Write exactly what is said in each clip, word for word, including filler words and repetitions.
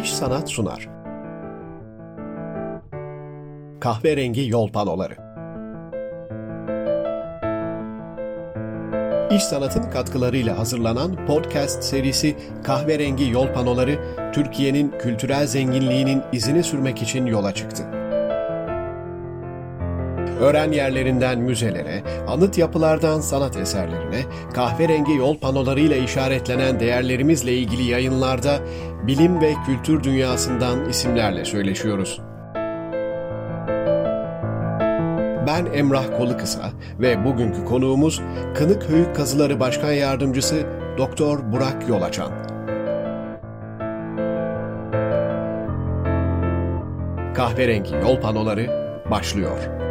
İş Sanat sunar. Kahverengi Yol Panoları. İş Sanat'ın katkılarıyla hazırlanan podcast serisi Kahverengi Yol Panoları, Türkiye'nin kültürel zenginliğinin izini sürmek için yola çıktı. Öğren yerlerinden müzelere, anıt yapılardan sanat eserlerine, kahverengi yol panolarıyla işaretlenen değerlerimizle ilgili yayınlarda bilim ve kültür dünyasından isimlerle söyleşiyoruz. Ben Emrah Kolukısa ve bugünkü konuğumuz Kınıkhöyük Kazıları Başkan Yardımcısı Doktor Burak Yolaçan. Kahverengi Yol Panoları başlıyor.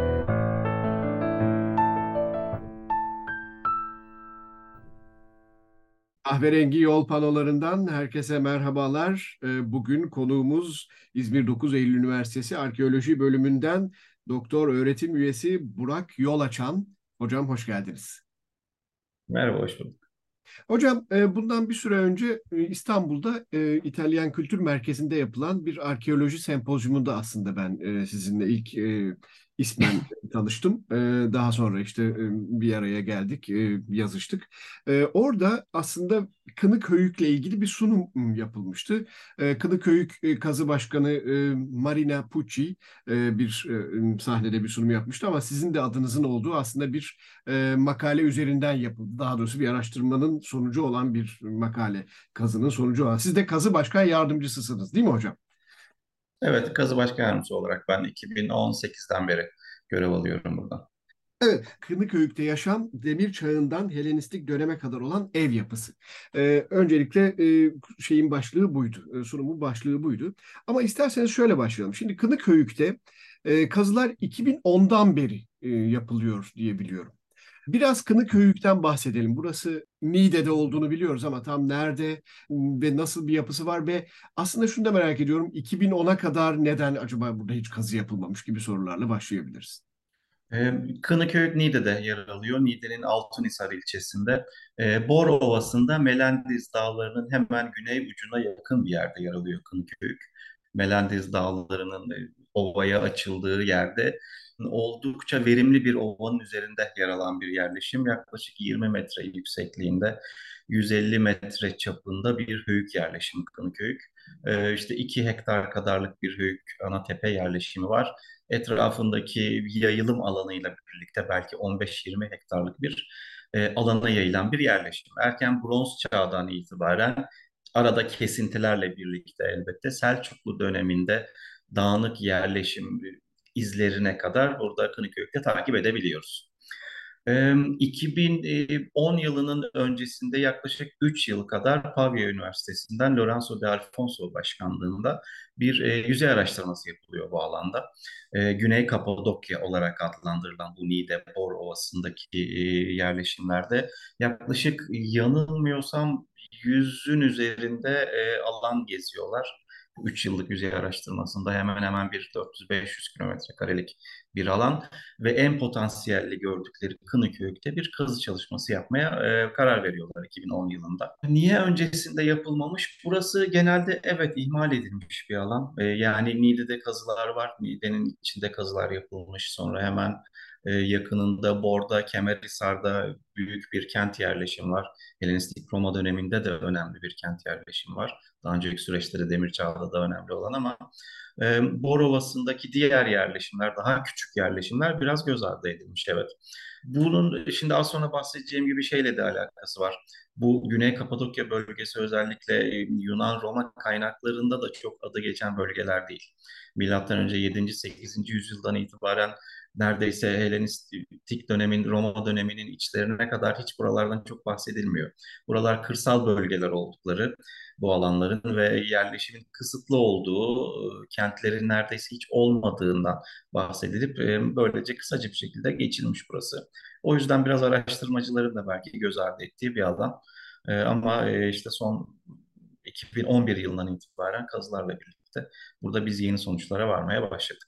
Kahverengi Yol Panolarından herkese merhabalar. Ee, Bugün konuğumuz İzmir dokuz Eylül Üniversitesi Arkeoloji Bölümünden Doktor Öğretim Üyesi Burak Yolaçan. Hocam hoş geldiniz. Merhaba, hoş bulduk. Hocam e, bundan bir süre önce e, İstanbul'da e, İtalyan Kültür Merkezi'nde yapılan bir arkeoloji sempozyumunda aslında ben e, sizinle ilk e, ismen tanıştım. E, Daha sonra işte e, bir araya geldik, e, yazıştık. E, Orada aslında Kınıkhöyük'le ilgili bir sunum yapılmıştı. E, Kınıkhöyük e, Kazı Başkanı e, Marina Pucci e, bir e, sahnede bir sunum yapmıştı ama sizin de adınızın olduğu aslında bir e, makale üzerinden yapıldı. Daha doğrusu bir araştırmanın sonucu olan bir makale, kazının sonucu olan. Siz de kazı başkan yardımcısısınız, değil mi hocam? Evet, Kazı Başkan Yardımcısı olarak ben iki bin on sekizden beri görev alıyorum burada. Evet, Kınıkhöyük'te yaşam demir çağından Helenistik döneme kadar olan ev yapısı. Ee, öncelikle e, şeyin başlığı buydu, e, sunumun başlığı buydu. Ama isterseniz şöyle başlayalım. Şimdi Kınıkhöyük'te e, kazılar iki bin ondan beri e, yapılıyor diye biliyorum. Biraz Kınıkhöyük'ten bahsedelim. Burası Niğde'de olduğunu biliyoruz ama tam nerede ve nasıl bir yapısı var ve aslında şunu da merak ediyorum. iki bin ona kadar neden acaba burada hiç kazı yapılmamış gibi sorularla başlayabiliriz. Ee, Kınıköyük Niğde'de yer alıyor. Niğde'nin Altunhisar ilçesinde. Ee, Bor Ovası'nda Melendiz Dağları'nın hemen güney ucuna yakın bir yerde yer alıyor Kınıköyük. Melendiz Dağları'nın e, ovaya açıldığı yerde oldukça verimli bir ovanın üzerinde yer alan bir yerleşim. Yaklaşık yirmi metre yüksekliğinde, yüz elli metre çapında bir höyük yerleşimi Kınıköyük. Ee, işte iki hektar kadarlık bir höyük ana tepe yerleşimi var. Etrafındaki yayılım alanıyla birlikte belki on beş yirmi hektarlık bir e, alana yayılan bir yerleşim. Erken Bronz Çağ'dan itibaren arada kesintilerle birlikte elbette Selçuklu döneminde dağınık yerleşim izlerine kadar burada Kınıköy'de takip edebiliyoruz. Ee, iki bin on yılının öncesinde yaklaşık üç yıl kadar Pavia Üniversitesi'nden Lorenzo de Alfonso başkanlığında bir e, yüzey araştırması yapılıyor bu alanda. E, Güney Kapadokya olarak adlandırılan bu Niğde Bor Ovası'ndaki e, yerleşimlerde yaklaşık yanılmıyorsam yüzün üzerinde e, alan geziyorlar. Bu üç yıllık yüzey araştırmasında hemen hemen bir dört yüz beş yüz kilometre karelik bir alan ve en potansiyelli gördükleri Kınıköy'de bir kazı çalışması yapmaya e, karar veriyorlar iki bin on yılında. Niye öncesinde yapılmamış? Burası genelde evet ihmal edilmiş bir alan. E, yani Niğde'de kazılar var. Niğde'nin içinde kazılar yapılmış. Sonra hemen e, yakınında Bor'da, Kemerhisar'da büyük bir kent yerleşim var. Helenistik Roma döneminde de önemli bir kent yerleşim var. Daha önceki süreçte de Demir Çağ'da da önemli olan ama e, Bor Ovası'ndaki diğer yerleşimler, daha küçük yerleşimler biraz göz ardı edilmiş, evet. Bunun şimdi az sonra bahsedeceğim gibi şeyle de alakası var. Bu Güney Kapadokya bölgesi özellikle e, Yunan-Roma kaynaklarında da çok adı geçen bölgeler değil. Milattan önce yedinci. sekizinci yüzyıldan itibaren neredeyse Helenistik dönemin, Roma döneminin içlerine kadar hiç buralardan çok bahsedilmiyor. Buralar kırsal bölgeler oldukları, bu alanların ve yerleşimin kısıtlı olduğu, e, kentlerin neredeyse hiç olmadığından bahsedilip e, böylece kısaca bir şekilde geçilmiş burası. O yüzden biraz araştırmacıların da belki göz ardı ettiği bir alan. E, ama e, işte son iki bin on bir yılından itibaren kazılarla birlikte burada biz yeni sonuçlara varmaya başladık.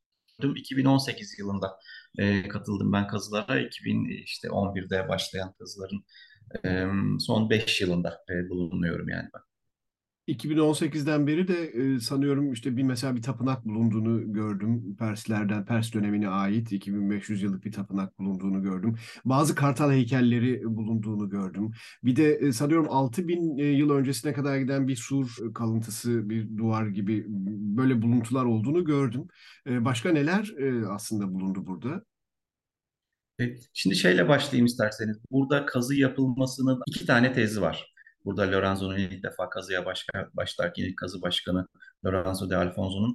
iki bin on sekiz yılında e, katıldım ben kazılara. iki bin işte on birde başlayan kazıların e, son beş yılında e, bulunuyorum yani ben. iki bin on sekizden beri de e, sanıyorum işte bir mesela bir tapınak bulunduğunu gördüm. Perslerden, Pers dönemine ait iki bin beş yüz yıllık bir tapınak bulunduğunu gördüm. Bazı kartal heykelleri bulunduğunu gördüm. Bir de e, sanıyorum altı bin e, yıl öncesine kadar giden bir sur kalıntısı, bir duvar gibi böyle buluntular olduğunu gördüm. E, başka neler e, aslında bulundu burada? E, Şimdi şeyle başlayayım isterseniz. Burada kazı yapılmasının iki tane tezi var. Burada Lorenzo'nun ilk defa kazıya başka, başlarken ilk kazı başkanı Lorenzo de Alfonso'nun.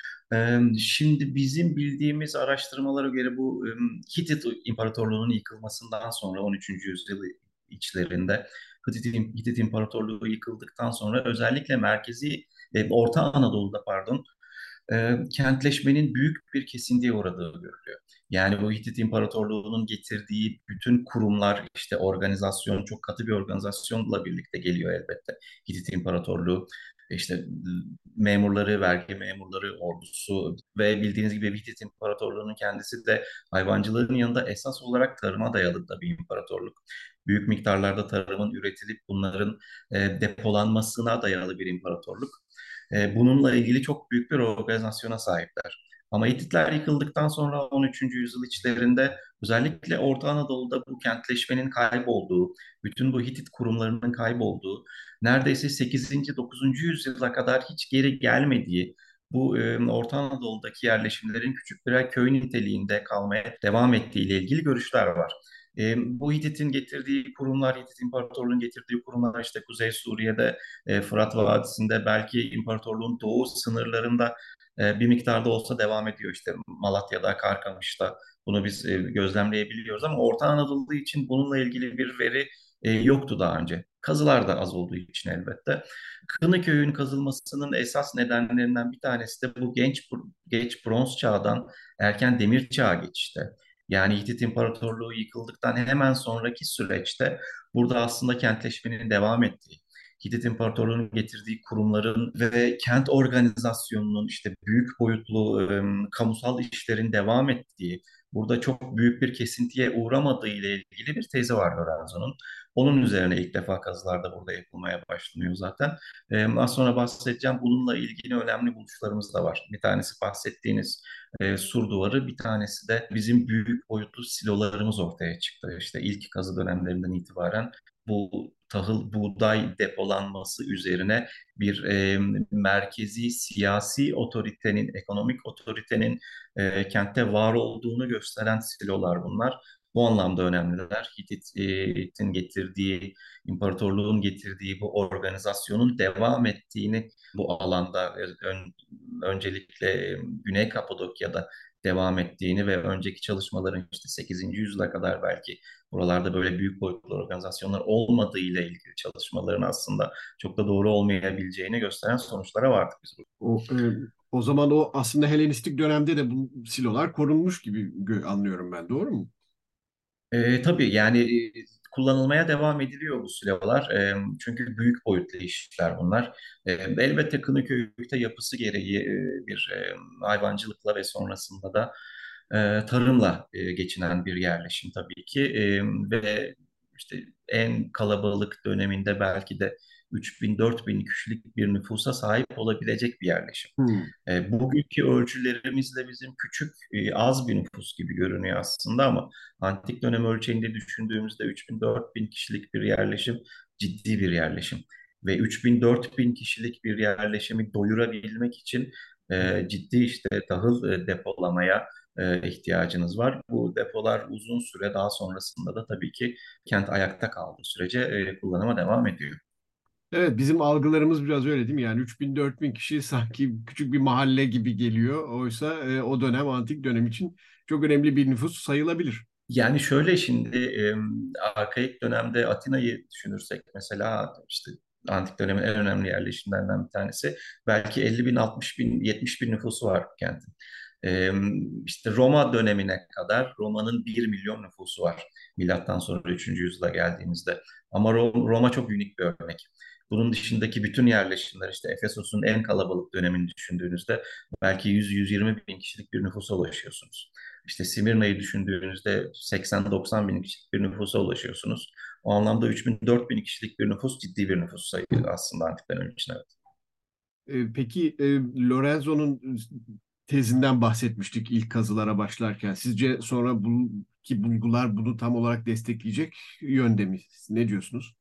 E, Şimdi bizim bildiğimiz araştırmalara göre bu e, Hitit İmparatorluğu'nun yıkılmasından sonra on üçüncü yüzyıl içlerinde Hitit, Hitit İmparatorluğu yıkıldıktan sonra özellikle merkezi e, Orta Anadolu'da pardon e, kentleşmenin büyük bir kesintiye uğradığı görülüyor. Yani bu Hitit İmparatorluğu'nun getirdiği bütün kurumlar, işte organizasyon, çok katı bir organizasyonla birlikte geliyor elbette. Hitit İmparatorluğu, işte memurları, vergi memurları, ordusu ve bildiğiniz gibi Hitit İmparatorluğu'nun kendisi de hayvancılığın yanında esas olarak tarıma dayalı da bir imparatorluk. Büyük miktarlarda tarımın üretilip bunların e, depolanmasına dayalı bir imparatorluk. E, bununla ilgili çok büyük bir organizasyona sahipler. Ama Hititler yıkıldıktan sonra on üçüncü yüzyıl içlerinde özellikle Orta Anadolu'da bu kentleşmenin kaybolduğu, bütün bu Hitit kurumlarının kaybolduğu, neredeyse sekizinci. dokuzuncu yüzyıla kadar hiç geri gelmediği bu e, Orta Anadolu'daki yerleşimlerin küçük birer köy niteliğinde kalmaya devam ettiği ile ilgili görüşler var. E, bu Hitit'in getirdiği kurumlar, Hitit İmparatorluğu'nun getirdiği kurumlar işte Kuzey Suriye'de, e, Fırat Vadisi'nde, belki imparatorluğun doğu sınırlarında e, bir miktarda olsa devam ediyor. İşte Malatya'da, Karkamış'ta bunu biz e, gözlemleyebiliyoruz ama Orta Anadolu için bununla ilgili bir veri e, yoktu daha önce. Kazılar da az olduğu için elbette. Kınıköy'ün kazılmasının esas nedenlerinden bir tanesi de bu genç geç bronz çağdan erken demir çağa geçişte. Yani Hitit İmparatorluğu yıkıldıktan hemen sonraki süreçte burada aslında kentleşmenin devam ettiği, Hitit İmparatorluğu'nun getirdiği kurumların ve kent organizasyonunun işte büyük boyutlu e, kamusal işlerin devam ettiği, burada çok büyük bir kesintiye uğramadığı ile ilgili bir tezi var Lorenzo'nun. Onun üzerine ilk defa kazılar da burada yapılmaya başlanıyor zaten. E, az sonra bahsedeceğim. Bununla ilgili önemli buluşlarımız da var. Bir tanesi bahsettiğiniz e, sur duvarı, bir tanesi de bizim büyük boyutlu silolarımız ortaya çıktı. İşte ilk kazı dönemlerinden itibaren bu tahıl buğday depolanması üzerine bir e, merkezi siyasi otoritenin, ekonomik otoritenin e, kentte var olduğunu gösteren silolar bunlar. Bu anlamda önemliler. Hitit'in getirdiği, imparatorluğun getirdiği bu organizasyonun devam ettiğini bu alanda ön, öncelikle Güney Kapadokya'da devam ettiğini ve önceki çalışmaların işte sekizinci yüzyıla kadar belki buralarda böyle büyük boyutlu organizasyonlar olmadığı ile ilgili çalışmaların aslında çok da doğru olmayabileceğini gösteren sonuçlara vardık biz burada. O, e, o zaman o aslında Helenistik dönemde de bu silolar korunmuş gibi gö- anlıyorum ben, doğru mu? E, tabii yani e, kullanılmaya devam ediliyor bu silahlar. E, çünkü büyük boyutlu işler bunlar. E, elbette Kınıköy'de yapısı gereği e, bir e, hayvancılıkla ve sonrasında da e, tarımla e, geçinen bir yerleşim tabii ki. E, ve işte en kalabalık döneminde belki de üç bin dört bin kişilik bir nüfusa sahip olabilecek bir yerleşim. Hmm. E, bugünkü ölçülerimizle bizim küçük, e, az bir nüfus gibi görünüyor aslında ama antik dönem ölçeğinde düşündüğümüzde üç bin dört bin kişilik bir yerleşim ciddi bir yerleşim. Ve üç bin dört bin kişilik bir yerleşimi doyurabilmek için e, ciddi işte tahıl e, depolamaya e, ihtiyacınız var. Bu depolar uzun süre daha sonrasında da tabii ki kent ayakta kaldığı sürece e, kullanıma devam ediyor. Evet, bizim algılarımız biraz öyle değil mi? Yani üç bin dört bin kişi sanki küçük bir mahalle gibi geliyor. Oysa e, o dönem antik dönem için çok önemli bir nüfus sayılabilir. Yani şöyle şimdi e, arkaik dönemde Atina'yı düşünürsek mesela işte antik dönemin en önemli yerleşimlerinden bir tanesi. Belki elli bin, altmış bin, yetmiş bin nüfusu var kentin. E, işte Roma dönemine kadar Roma'nın bir milyon nüfusu var. Milattan sonra üçüncü yüzyıla geldiğimizde. Ama Ro- Roma çok unik bir örnek. Bunun dışındaki bütün yerleşimler işte Efesos'un en kalabalık dönemini düşündüğünüzde belki yüz yüz yirmi bin kişilik bir nüfusa ulaşıyorsunuz. İşte Simirna'yı düşündüğünüzde seksen doksan bin kişilik bir nüfusa ulaşıyorsunuz. O anlamda üç bin dört bin kişilik bir nüfus ciddi bir nüfus sayıyor aslında antik dönem için. Evet. E, peki e, Lorenzo'nun tezinden bahsetmiştik ilk kazılara başlarken. Sizce sonra bu ki bulgular bunu tam olarak destekleyecek yönde mi? Ne diyorsunuz?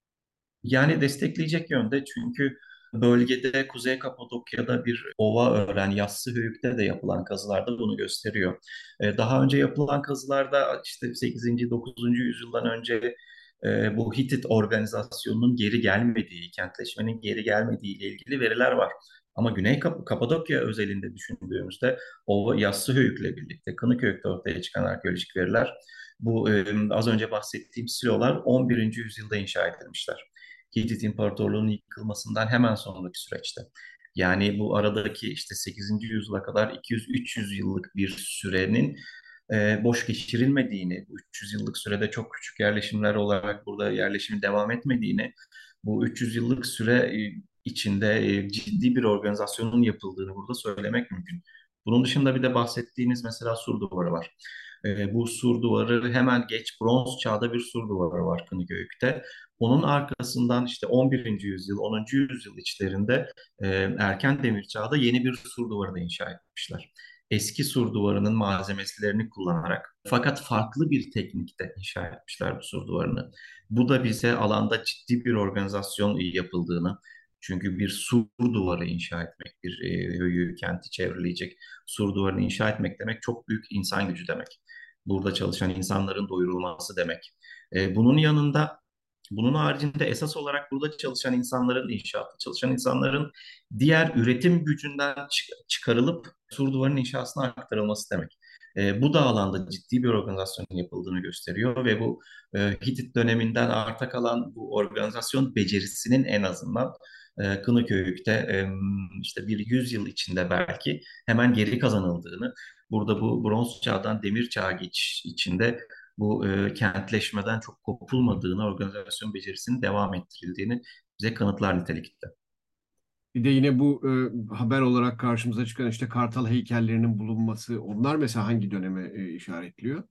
Yani destekleyecek yönde, çünkü bölgede Kuzey Kapadokya'da bir ova öğren, Yassıhöyük'te de yapılan kazılarda bunu gösteriyor. Ee, Daha önce yapılan kazılarda işte sekizinci. dokuzuncu yüzyıldan önce e, bu Hitit organizasyonunun geri gelmediği, kentleşmenin geri gelmediği ile ilgili veriler var. Ama Güney Kap Kapadokya özelinde düşündüğümüzde Ova Yassıhöyük'le birlikte Kınıköy'de ortaya çıkan arkeolojik veriler, bu e, az önce bahsettiğim silolar on birinci yüzyılda inşa edilmişler. Hitit İmparatorluğu'nun yıkılmasından hemen sonraki süreçte. Yani bu aradaki işte sekizinci yüzyıla kadar iki yüz üç yüz yıllık bir sürenin e, boş geçirilmediğini, bu üç yüz yıllık sürede çok küçük yerleşimler olarak burada yerleşimin devam etmediğini, bu üç yüz yıllık süre e, içinde e, ciddi bir organizasyonun yapıldığını burada söylemek mümkün. Bunun dışında bir de bahsettiğiniz mesela sur duvarı var. E, bu sur duvarı hemen geç bronz çağda bir sur duvarı var Kınıköyük'te. Onun arkasından işte on birinci yüzyıl, onuncu yüzyıl içlerinde e, erken demir çağda yeni bir sur duvarı da inşa etmişler. Eski sur duvarının malzemelerini kullanarak, fakat farklı bir teknikte inşa etmişler bu sur duvarını. Bu da bize alanda ciddi bir organizasyon yapıldığını, çünkü bir sur duvarı inşa etmek, bir e, höyüğü, kenti çevreleyecek sur duvarını inşa etmek demek çok büyük insan gücü demek. Burada çalışan insanların doyurulması demek. E, bunun yanında bunun haricinde esas olarak burada çalışan insanların, inşaatta çalışan insanların diğer üretim gücünden çık- çıkarılıp sur duvarının inşasına aktarılması demek. E, bu da alanda ciddi bir organizasyon yapıldığını gösteriyor ve bu e, Hitit döneminden arta kalan bu organizasyon becerisinin en azından e, Kınıköyük'te e, işte bir yüz yıl içinde belki hemen geri kazanıldığını, burada bu bronz çağdan demir çağa geçiş içinde bu e, kentleşmeden çok kopulmadığını, organizasyon becerisinin devam ettirildiğini bize kanıtlar nitelikte. Bir de yine bu e, haber olarak karşımıza çıkan işte kartal heykellerinin bulunması, onlar mesela hangi döneme e, işaretliyor?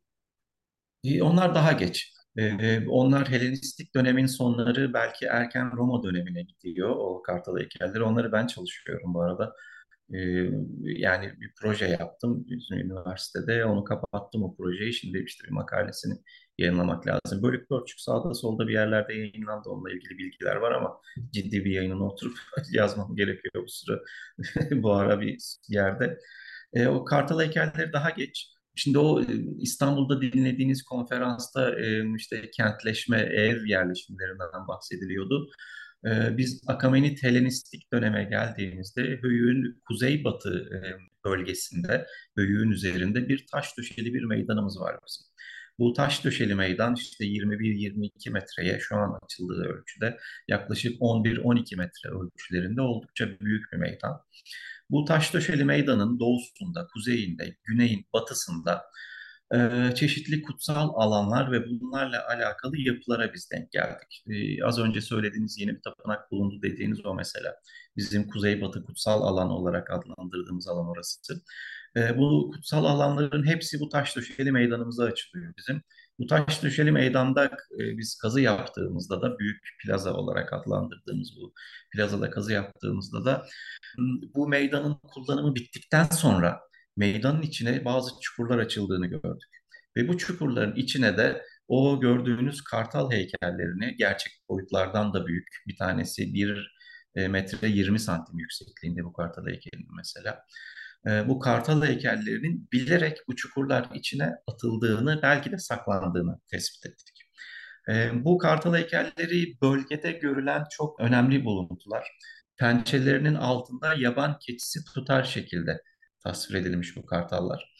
E, Onlar daha geç. E, onlar Helenistik dönemin sonları, belki erken Roma dönemine gidiyor o kartal heykelleri. Onları ben çalışıyorum bu arada. Ee, Yani bir proje yaptım bizim üniversitede. Onu kapattım o projeyi. Şimdi işte bir makalesini yayınlamak lazım. Bölük pörçük sağda solda bir yerlerde yayınlandı. Onunla ilgili bilgiler var ama ciddi bir yayınına oturup yazmam gerekiyor bu sıra. Bu ara bir yerde. E, o kartal heykelleri daha geç. Şimdi o e, İstanbul'da dinlediğiniz konferansta e, işte kentleşme, ev yerleşimlerinden bahsediliyordu. E, biz Akamenit Helenistik döneme geldiğimizde Höyük'ün kuzeybatı e, bölgesinde, Höyük'ün üzerinde bir taş döşeli bir meydanımız var bizim. Bu taş döşeli meydan işte yirmi bir yirmi iki metreye şu an açıldığı ölçüde, yaklaşık on bir on iki metre ölçülerinde oldukça büyük bir meydan. Bu Taşdöşeli Meydan'ın doğusunda, kuzeyinde, güneyin, batısında e, çeşitli kutsal alanlar ve bunlarla alakalı yapılara biz denk geldik. E, az önce söylediğiniz yeni bir tapınak bulundu dediğiniz o mesela. Bizim kuzeybatı kutsal alan olarak adlandırdığımız alan orası. E, bu kutsal alanların hepsi bu Taşdöşeli Meydanımıza açılıyor bizim. Bu Taşdöşeli Meydan'da e, biz kazı yaptığımızda da, büyük plaza olarak adlandırdığımız bu plazada kazı yaptığımızda da, bu meydanın kullanımı bittikten sonra meydanın içine bazı çukurlar açıldığını gördük. Ve bu çukurların içine de o gördüğünüz kartal heykellerini, gerçek boyutlardan da büyük, bir tanesi bir e, metre yirmi santim yüksekliğinde bu kartal heykelinin mesela. E, bu kartal heykellerinin bilerek bu çukurlar içine atıldığını, belki de saklandığını tespit ettik. E, bu kartal heykelleri bölgede görülen çok önemli buluntular. Pençelerinin altında yaban keçisi tutar şekilde tasvir edilmiş bu kartallar.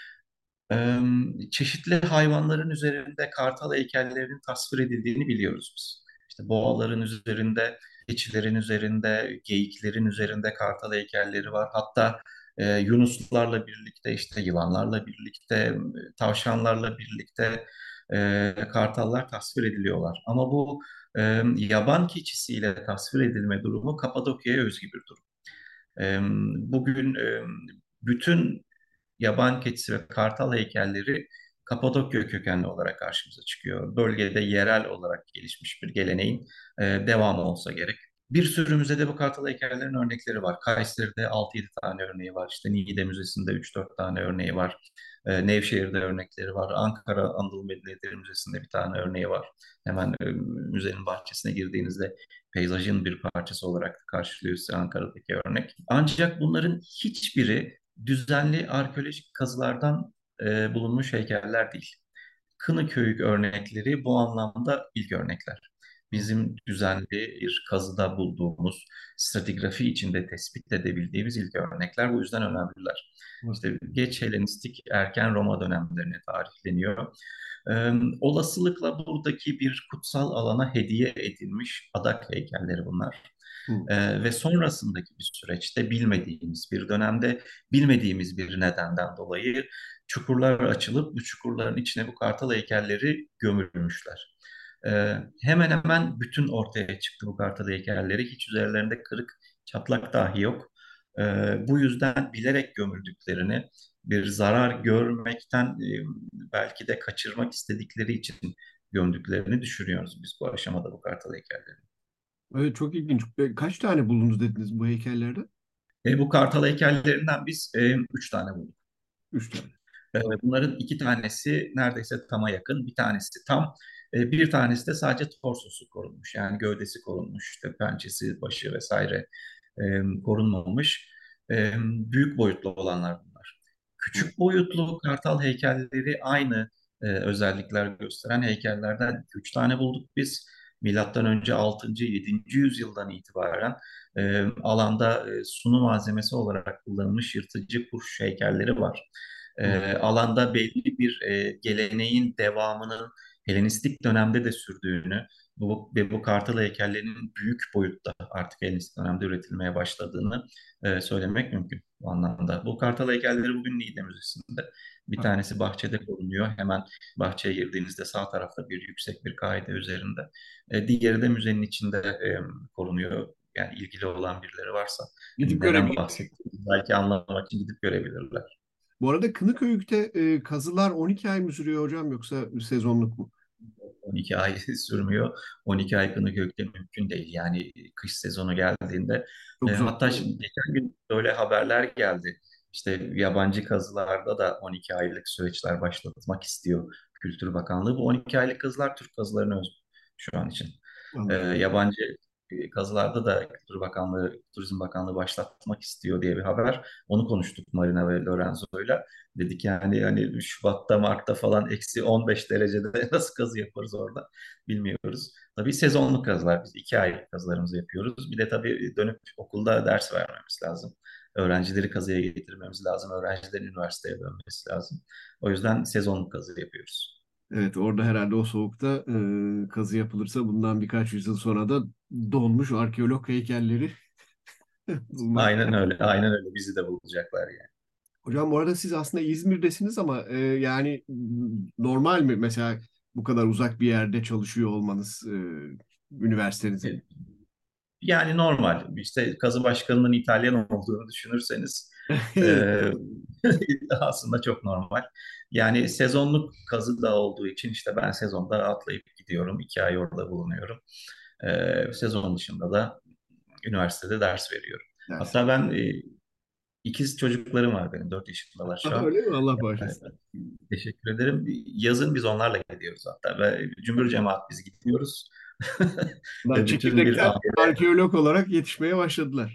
Ee, Çeşitli hayvanların üzerinde kartal heykellerinin tasvir edildiğini biliyoruz biz. İşte boğaların üzerinde, keçilerin üzerinde, geyiklerin üzerinde kartal heykelleri var. Hatta e, yunuslarla birlikte, işte yılanlarla birlikte, tavşanlarla birlikte e, kartallar tasvir ediliyorlar. Ama bu e, yaban keçisiyle tasvir edilme durumu Kapadokya'ya özgü bir durum. E, Bugün e, bütün yaban keçisi ve kartal heykelleri Kapadokya kökenli olarak karşımıza çıkıyor. Bölgede yerel olarak gelişmiş bir geleneğin e, devamı olsa gerek. Bir sürü müzede bu kartal heykellerin örnekleri var. Kayseri'de altı yedi tane örneği var. İşte Niğde Müzesi'nde üç dört tane örneği var. E, Nevşehir'de örnekleri var. Ankara Anadolu Medeniyetleri Müzesi'nde bir tane örneği var. Hemen e, müzenin bahçesine girdiğinizde peyzajın bir parçası olarak karşılıyor size Ankara'daki örnek. Ancak bunların hiçbiri düzenli arkeolojik kazılardan e, bulunmuş heykeller değil. Kınıköyük örnekleri bu anlamda ilk örnekler. Bizim düzenli bir kazıda bulduğumuz, stratigrafi içinde tespit edebildiğimiz ilk örnekler bu yüzden önemliler. İşte geç Helenistik, erken Roma dönemlerine tarihleniyor. Ee, Olasılıkla buradaki bir kutsal alana hediye edilmiş adak heykelleri bunlar. Hı. Ee, ve sonrasındaki bir süreçte bilmediğimiz bir dönemde bilmediğimiz bir nedenden dolayı çukurlar açılıp bu çukurların içine bu kartal heykelleri gömülmüşler. Ee, hemen hemen bütün ortaya çıktı bu kartal heykelleri. Hiç üzerlerinde kırık, çatlak dahi yok. Ee, bu yüzden bilerek gömüldüklerini, bir zarar görmekten e, belki de kaçırmak istedikleri için gömdüklerini düşünüyoruz biz bu aşamada bu kartal heykelleri. Evet, çok ilginç. E, Kaç tane buldunuz dediniz bu heykellerde? E, bu kartal heykellerinden biz e, üç tane bulduk. Üç tane. E, bunların iki tanesi neredeyse tama yakın, bir tanesi tam, e, bir tanesi de sadece torsosu korunmuş. Yani gövdesi korunmuş, işte pençesi, başı vesaire e, korunmamış. E, büyük boyutlu olanlar bunlar. Hı. Küçük boyutlu kartal heykelleri aynı e, özellikler gösteren heykellerden üç tane bulduk biz. Milattan önce altıncı. yedinci yüzyıldan itibaren e, alanda e, sunu malzemesi olarak kullanılmış yırtıcı kuş heykelleri var. Hı. E, alanda belli bir e, geleneğin devamının Helenistik dönemde de sürdüğünü bu, ve bu kartal heykellerinin büyük boyutta artık Helenistik dönemde üretilmeye başladığını e, söylemek mümkün bu anlamda. Bu kartal heykelleri bugün Niğde Müzesi'nde. Bir Ha. tanesi bahçede korunuyor. Hemen bahçeye girdiğinizde sağ tarafta bir yüksek bir kaide üzerinde. E, diğeri de müzenin içinde e, korunuyor. Yani ilgili olan birileri varsa hani Gidip neden görebilirler. bahsettiğimizi belki anlamak için gidip görebilirler. Bu arada Kınıköyük'te e, kazılar on iki ay mı sürüyor hocam, yoksa sezonluk mu? on iki ay sürmüyor. on iki ay kını gökte mümkün değil. Yani kış sezonu geldiğinde e, Çok zor hatta değil mi? şimdi geçen gün böyle haberler geldi. İşte yabancı kazılarda da on iki aylık süreçler başlatmak istiyor Kültür Bakanlığı. Bu on iki aylık kazılar Türk kazılarına özgü şu an için. E, Anladım. yabancı e, kazılarda da Kültür Bakanlığı, Turizm Bakanlığı başlatmak istiyor diye bir haber. Onu konuştuk Marina ve Lorenzo'yla. Dedik yani yani Şubat'ta, Mart'ta falan eksi on beş derecede nasıl kazı yaparız orada bilmiyoruz. Tabii sezonluk kazılar. Biz iki aylık kazılarımızı yapıyoruz. Bir de tabii dönüp okulda ders vermemiz lazım. Öğrencileri kazıya getirmemiz lazım. Öğrencilerin üniversiteye dönmesi lazım. O yüzden sezonluk kazı yapıyoruz. Evet, orada herhalde o soğukta e, kazı yapılırsa bundan birkaç yüzyıl sonra da donmuş arkeolog heykelleri bulmak. Aynen öyle. Aynen öyle. Bizi de bulacaklar yani. Hocam, bu arada siz aslında İzmir'desiniz ama e, yani m, normal mi mesela bu kadar uzak bir yerde çalışıyor olmanız e, üniversitenizin? Yani normal. İşte kazı başkanının İtalyan olduğunu düşünürseniz Evet. e, aslında çok normal. Yani sezonluk kazı da olduğu için işte ben sezonda atlayıp gidiyorum. iki ay orada bulunuyorum. E, sezon dışında da üniversitede ders veriyorum. Ders. Hatta ben e, ikiz çocuklarım var benim. Dört yaşındalar şu Aha, an. öyle mi? Allah E, bağışlasın. Teşekkür ederim. Yazın biz onlarla gidiyoruz hatta ve cümbür cemaat biz gidiyoruz. Bunlar Ve bütün bir çekirdekten arkeolog olarak yetişmeye başladılar.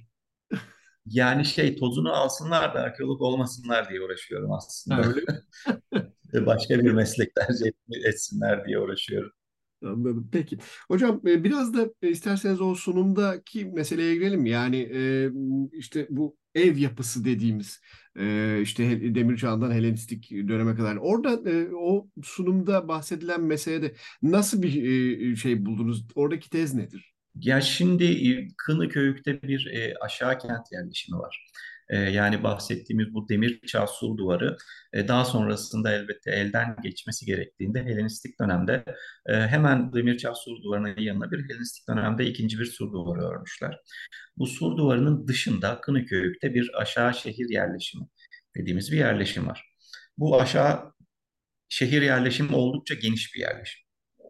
yani şey tozunu alsınlar da arkeolog olmasınlar diye uğraşıyorum Ha, aslında. öyle mi? Başka bir meslek tercih et- etsinler diye uğraşıyorum. Anladım. Peki. Hocam, e, biraz da e, isterseniz o sunumdaki meseleye girelim. Yani e, işte bu ev yapısı dediğimiz e, işte He- Demir Çağı'ndan Helenistik döneme kadar. Orada e, o sunumda bahsedilen meselede nasıl bir e, şey buldunuz? Oradaki tez nedir? Ya şimdi e, Kınıköyük'te bir e, aşağı kent yerleşimi var. E, yani bahsettiğimiz bu demir çağ sur duvarı e, daha sonrasında elbette elden geçmesi gerektiğinde Helenistik dönemde e, hemen demir çağ sur duvarının yanına bir Helenistik dönemde ikinci bir sur duvarı örmüşler. Bu sur duvarının dışında Kınıköyük'te bir aşağı şehir yerleşimi dediğimiz bir yerleşim var. Bu aşağı Şehir yerleşimi oldukça geniş bir yerleşim.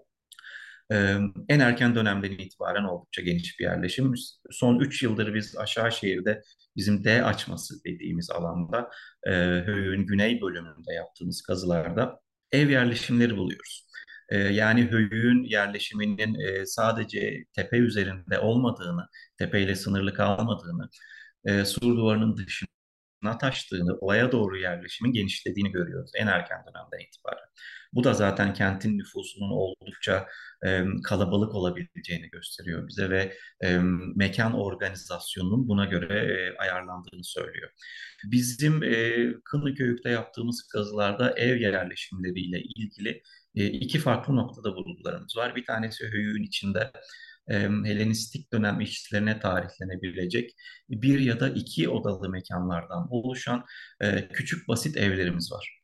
Ee, En erken dönemden itibaren oldukça geniş bir yerleşim. Son üç yıldır biz aşağı şehirde bizim D açması dediğimiz alanda e, Höyük'ün güney bölümünde yaptığımız kazılarda ev yerleşimleri buluyoruz. E, yani Höyük'ün yerleşiminin e, sadece tepe üzerinde olmadığını, tepeyle sınırlı kalmadığını, e, sur duvarının dışında taştığını, ovaya doğru yerleşimin genişlediğini görüyoruz en erken dönemden itibaren. Bu da zaten kentin nüfusunun oldukça e, kalabalık olabileceğini gösteriyor bize ve e, mekan organizasyonunun buna göre e, ayarlandığını söylüyor. Bizim e, Kınıköy'de yaptığımız kazılarda ev yerleşimleriyle ilgili e, iki farklı noktada bulgularımız var. Bir tanesi Höyük'ün içinde e, Helenistik dönem işçilerine tarihlenebilecek bir ya da iki odalı mekanlardan oluşan e, küçük basit evlerimiz var.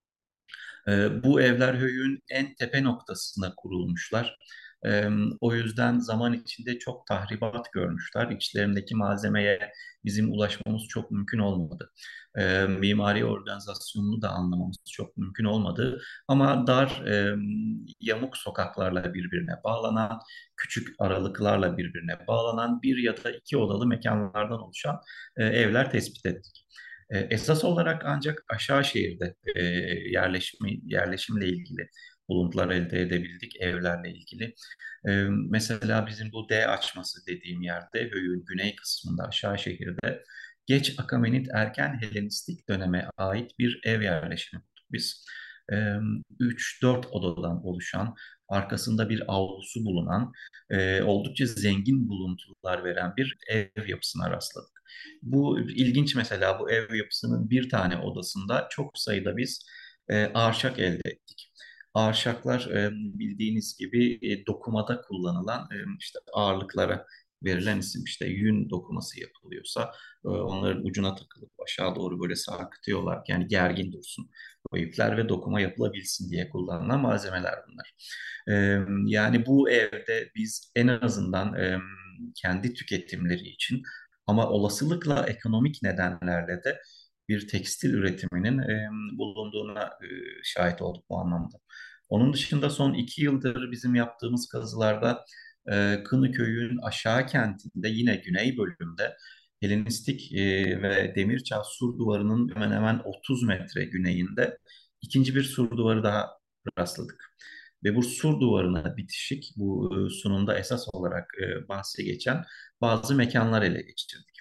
E, bu evler Höyük'ün en tepe noktasında kurulmuşlar. E, O yüzden zaman içinde çok tahribat görmüşler. İçlerindeki malzemeye bizim ulaşmamız çok mümkün olmadı. E, mimari organizasyonunu da anlamamız çok mümkün olmadı. Ama dar, e, yamuk sokaklarla birbirine bağlanan, küçük aralıklarla birbirine bağlanan bir ya da iki odalı mekanlardan oluşan e, evler tespit ettik. E, esas olarak ancak aşağı şehirde e, yerleşimi, yerleşimle ilgili buluntular elde edebildik, evlerle ilgili. E, Mesela bizim bu D açması dediğim yerde, Höyük'ün güney kısmında aşağı şehirde geç Akamenit erken Helenistik döneme ait bir ev yerleşimi bulduk biz. E, üç dört odadan oluşan, arkasında bir avlusu bulunan, e, oldukça zengin buluntular veren bir ev yapısına rastladık. Bu ilginç, mesela bu ev yapısının bir tane odasında çok sayıda biz e, arşak elde ettik. Arşaklar e, bildiğiniz gibi e, dokumada kullanılan e, işte ağırlıklara verilen isim, işte yün dokuması yapılıyorsa e, onların ucuna takılıp aşağı doğru böyle sarkıtıyorlar. Yani gergin dursun o ipler ve dokuma yapılabilsin diye kullanılan malzemeler bunlar. E, Yani bu evde biz en azından e, kendi tüketimleri için ama olasılıkla ekonomik nedenlerle de bir tekstil üretiminin e, bulunduğuna e, şahit olduk bu anlamda. Onun dışında son iki yıldır bizim yaptığımız kazılarda e, Kınıköy'ün aşağı kentinde yine güney bölümde Helenistik e, ve Demirçağ sur duvarının hemen hemen otuz metre güneyinde ikinci bir sur duvarı daha rastladık. Ve bu sur duvarına bitişik, bu e, sunumda esas olarak e, bahsi geçen bazı mekanlar ele geçirdik.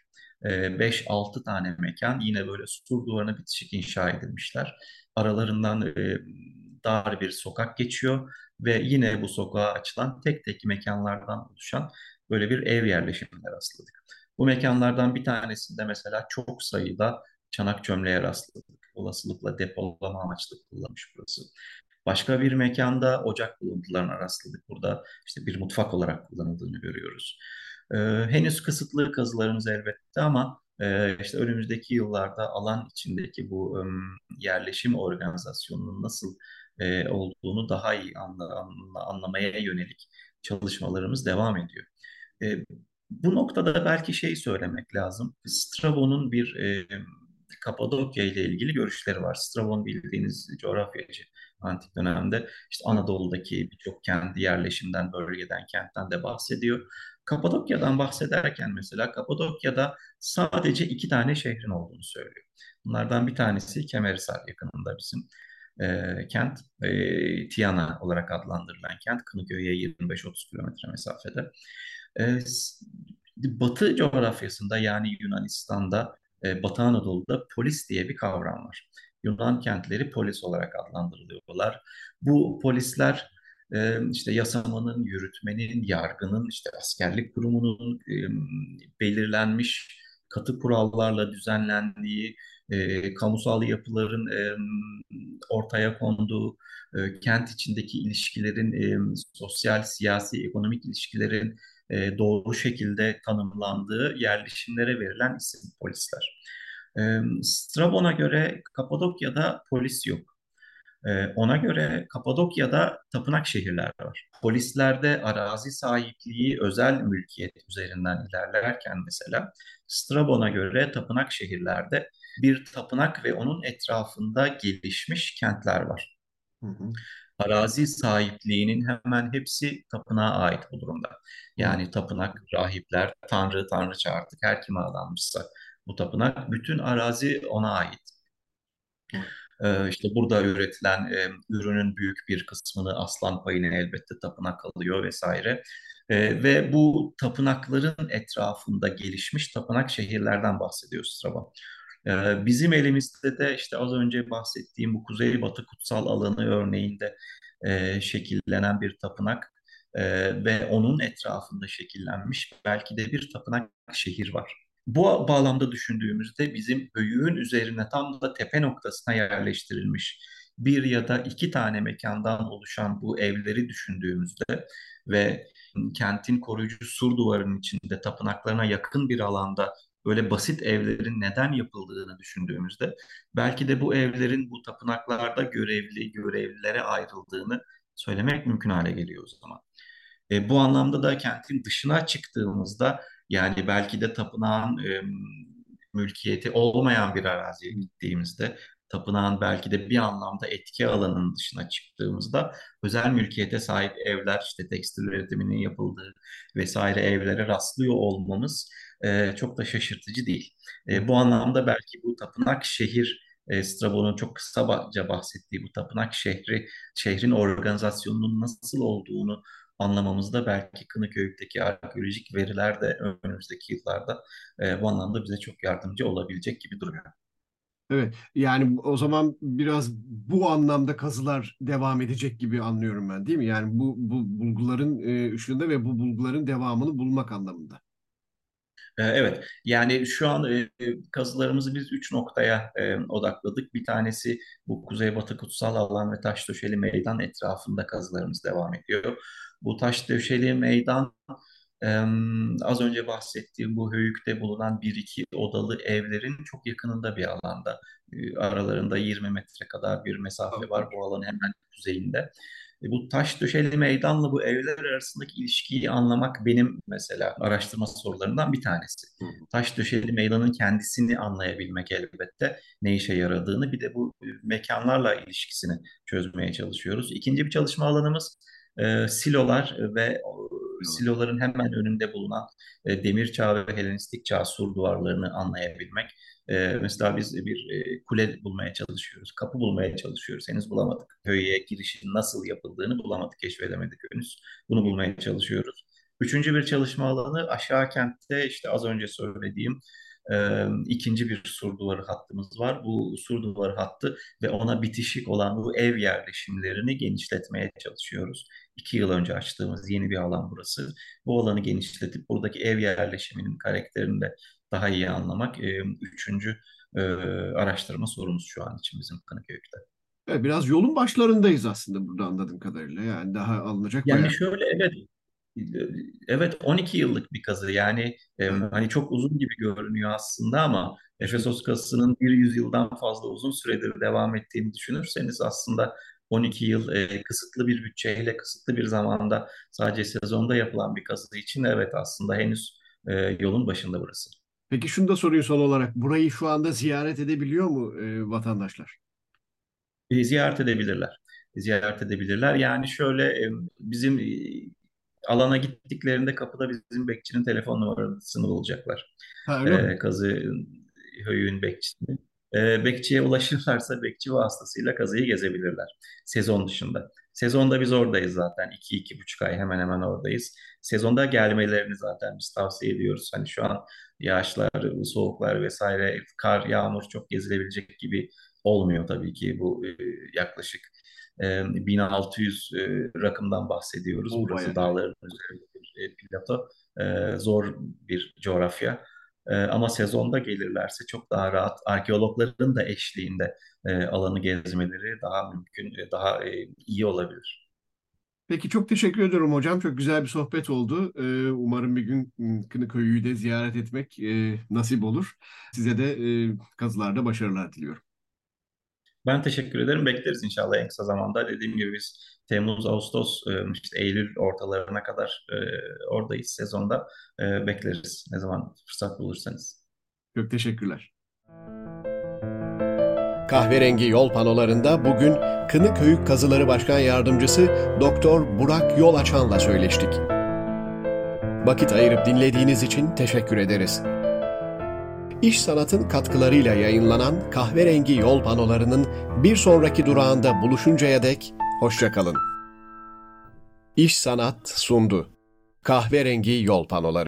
beş altı tane mekan yine böyle sur duvarına bitişik inşa edilmişler. Aralarından e, dar bir sokak geçiyor ve yine bu sokağa açılan tek tek mekanlardan oluşan böyle bir ev yerleşimine rastladık. Bu mekanlardan bir tanesinde mesela çok sayıda çanak çömleğe rastladık. Olasılıkla depolama amaçlı kullanmış burası. Başka bir mekanda ocak buluntularına rastladık. Burada işte bir mutfak olarak kullanıldığını görüyoruz. Ee, Henüz kısıtlı kazılarımız elbette ama e, işte önümüzdeki yıllarda alan içindeki bu em, yerleşim organizasyonunun nasıl e, olduğunu daha iyi anla- anla- anlamaya yönelik çalışmalarımız devam ediyor. E, Bu noktada belki şey söylemek lazım. Strabo'nun bir e, Kapadokya ile ilgili görüşleri var. Strabon bildiğiniz coğrafyacı, antik dönemde işte Anadolu'daki birçok kendi yerleşimden, bölgeden, kentten de bahsediyor. Kapadokya'dan bahsederken mesela Kapadokya'da sadece iki tane şehrin olduğunu söylüyor. Bunlardan bir tanesi Kemerhisar yakınında bizim e, kent, e, Tiana olarak adlandırılan kent, Kınıköy'e yirmi beş otuz kilometre mesafede. E, Batı coğrafyasında, yani Yunanistan'da, e, Batı Anadolu'da polis diye bir kavram var. Yunan kentleri polis olarak adlandırılıyorlar. Bu polisler e, işte yasamanın, yürütmenin, yargının, işte askerlik kurumunun e, belirlenmiş katı kurallarla düzenlendiği, e, kamusal yapıların e, ortaya konduğu, e, kent içindeki ilişkilerin, e, sosyal, siyasi, ekonomik ilişkilerin e, doğru şekilde tanımlandığı yerleşimlere verilen isim polisler. E, Strabon'a göre Kapadokya'da polis yok. E, ona göre Kapadokya'da tapınak şehirler var. Polislerde arazi sahipliği özel mülkiyet üzerinden ilerlerken mesela Strabon'a göre tapınak şehirlerde bir tapınak ve onun etrafında gelişmiş kentler var. Hı hı. Arazi sahipliğinin hemen hepsi tapınağa ait bu durumda. Hı. Yani tapınak, rahipler, tanrı, tanrıça artık her kime adanmışsa bu tapınak, bütün arazi ona ait. Hı. Ee, işte burada üretilen e, ürünün büyük bir kısmını aslan payını elbette tapınak alıyor vesaire. Ee, ve bu tapınakların etrafında gelişmiş tapınak şehirlerden bahsediyoruz Strabon. Ee, bizim elimizde de işte az önce bahsettiğim bu Kuzeybatı Kutsal Alanı örneğinde e, şekillenen bir tapınak e, ve onun etrafında şekillenmiş belki de bir tapınak şehir var. Bu bağlamda düşündüğümüzde bizim Höyük'ün üzerine tam da tepe noktasına yerleştirilmiş bir ya da iki tane mekandan oluşan bu evleri düşündüğümüzde ve kentin koruyucu sur duvarının içinde tapınaklarına yakın bir alanda böyle basit evlerin neden yapıldığını düşündüğümüzde belki de bu evlerin bu tapınaklarda görevli görevlilere ayrıldığını söylemek mümkün hale geliyor o zaman. E, bu anlamda da kentin dışına çıktığımızda yani belki de tapınağın e, mülkiyeti olmayan bir araziye gittiğimizde tapınağın belki de bir anlamda etki alanının dışına çıktığımızda özel mülkiyete sahip evler işte tekstil üretiminin yapıldığı vesaire evlere rastlıyor olmamız e, çok da şaşırtıcı değil. Hı. E, bu anlamda belki bu tapınak şehir e, Strabo'nun çok kısaca bahsettiği bu tapınak şehri şehrin organizasyonunun nasıl olduğunu anlamamızda belki Kınıköy'deki arkeolojik veriler de önümüzdeki yıllarda e, bu anlamda bize çok yardımcı olabilecek gibi duruyor. Evet, yani o zaman biraz bu anlamda kazılar devam edecek gibi anlıyorum ben, değil mi? Yani bu, bu bulguların e, ışığında ve bu bulguların devamını bulmak anlamında. E, evet, yani şu an e, kazılarımızı biz üç noktaya e, odakladık. Bir tanesi bu Kuzeybatı Kutsal Alan ve Taşdöşeli Meydan etrafında kazılarımız devam ediyor. Bu Taşdöşeli Meydan Ee, az önce bahsettiğim bu Höyük'te bulunan bir iki odalı evlerin çok yakınında bir alanda. Ee, aralarında yirmi metre kadar bir mesafe var bu alanın hemen kuzeyinde. E, bu taş döşeli meydanla bu evler arasındaki ilişkiyi anlamak benim mesela araştırma sorularından bir tanesi. Hı hı. Taş döşeli meydanın kendisini anlayabilmek elbette ne işe yaradığını bir de bu e, mekanlarla ilişkisini çözmeye çalışıyoruz. İkinci bir çalışma alanımız e, silolar ve siloların hemen önünde bulunan e, Demir Çağ ve Helenistik Çağ sur duvarlarını anlayabilmek. E, mesela biz bir e, kule bulmaya çalışıyoruz, kapı bulmaya çalışıyoruz. Henüz bulamadık. Köye girişin nasıl yapıldığını bulamadık, keşfedemedik henüz. Bunu bulmaya çalışıyoruz. Üçüncü bir çalışma alanı aşağı kentte işte az önce söylediğim e, ikinci bir sur duvarı hattımız var. Bu sur duvarı hattı ve ona bitişik olan bu ev yerleşimlerini genişletmeye çalışıyoruz. İki yıl önce açtığımız yeni bir alan burası. Bu alanı genişletip buradaki ev yerleşiminin karakterini de daha iyi anlamak e, üçüncü e, araştırma sorumuz şu an için bizim Kadıköy'de. Evet, biraz yolun başlarındayız aslında burada anladığım kadarıyla. Yani daha alınacak bayağı. Yani şöyle evet evet on iki yıllık bir kazı yani e, Evet, hani çok uzun gibi görünüyor aslında ama işte Efesos kazısının bir yüzyıldan fazla uzun süredir devam ettiğini düşünürseniz aslında on iki yıl e, kısıtlı bir bütçeyle kısıtlı bir zamanda sadece sezonda yapılan bir kazı için evet aslında henüz e, yolun başında burası. peki şunu da sorayım son olarak. Burayı şu anda ziyaret edebiliyor mu e, vatandaşlar? E, ziyaret edebilirler. Ziyaret edebilirler. Yani şöyle e, bizim e, alana gittiklerinde kapıda bizim bekçinin telefon numarasını bulacaklar. Ha, öyle mi? E, kazı Höyük'ün bekçisini. E, bekçiye ulaşırlarsa bekçi vasıtasıyla kazıyı gezebilirler. Sezon dışında. Sezonda biz oradayız zaten. İki, iki buçuk ay hemen hemen oradayız. Sezonda gelmelerini zaten biz tavsiye ediyoruz. Hani şu an yağışlar, soğuklar vesaire, kar, yağmur çok gezilebilecek gibi olmuyor tabii ki bu e, yaklaşık e, bin altı yüz e, rakımdan bahsediyoruz. O bayağı. Burası dağların üzerinde bir e, plato. E, zor bir coğrafya. E, ama sezonda gelirlerse çok daha rahat arkeologların da eşliğinde e, alanı gezmeleri daha mümkün, e, daha e, iyi olabilir. Peki çok teşekkür ediyorum hocam. Çok güzel bir sohbet oldu. Ee, umarım bir gün m, Kınıköy'ü de ziyaret etmek e, nasip olur. Size de e, kazılarda başarılar diliyorum. Ben teşekkür ederim. Bekleriz inşallah en kısa zamanda. Dediğim gibi biz Temmuz, Ağustos, e, işte Eylül ortalarına kadar e, oradayız sezonda. E, bekleriz ne zaman fırsat bulursanız. Çok teşekkürler. Kahverengi yol panolarında bugün Kınıköyük Kazıları Başkan Yardımcısı Doktor Burak Yolaçan'la söyleştik. Vakit ayırıp dinlediğiniz için teşekkür ederiz. İş Sanat'ın katkılarıyla yayınlanan Kahverengi Yol Panolarının bir sonraki durağında buluşuncaya dek hoşça kalın. İş Sanat sundu. Kahverengi Yol Panoları.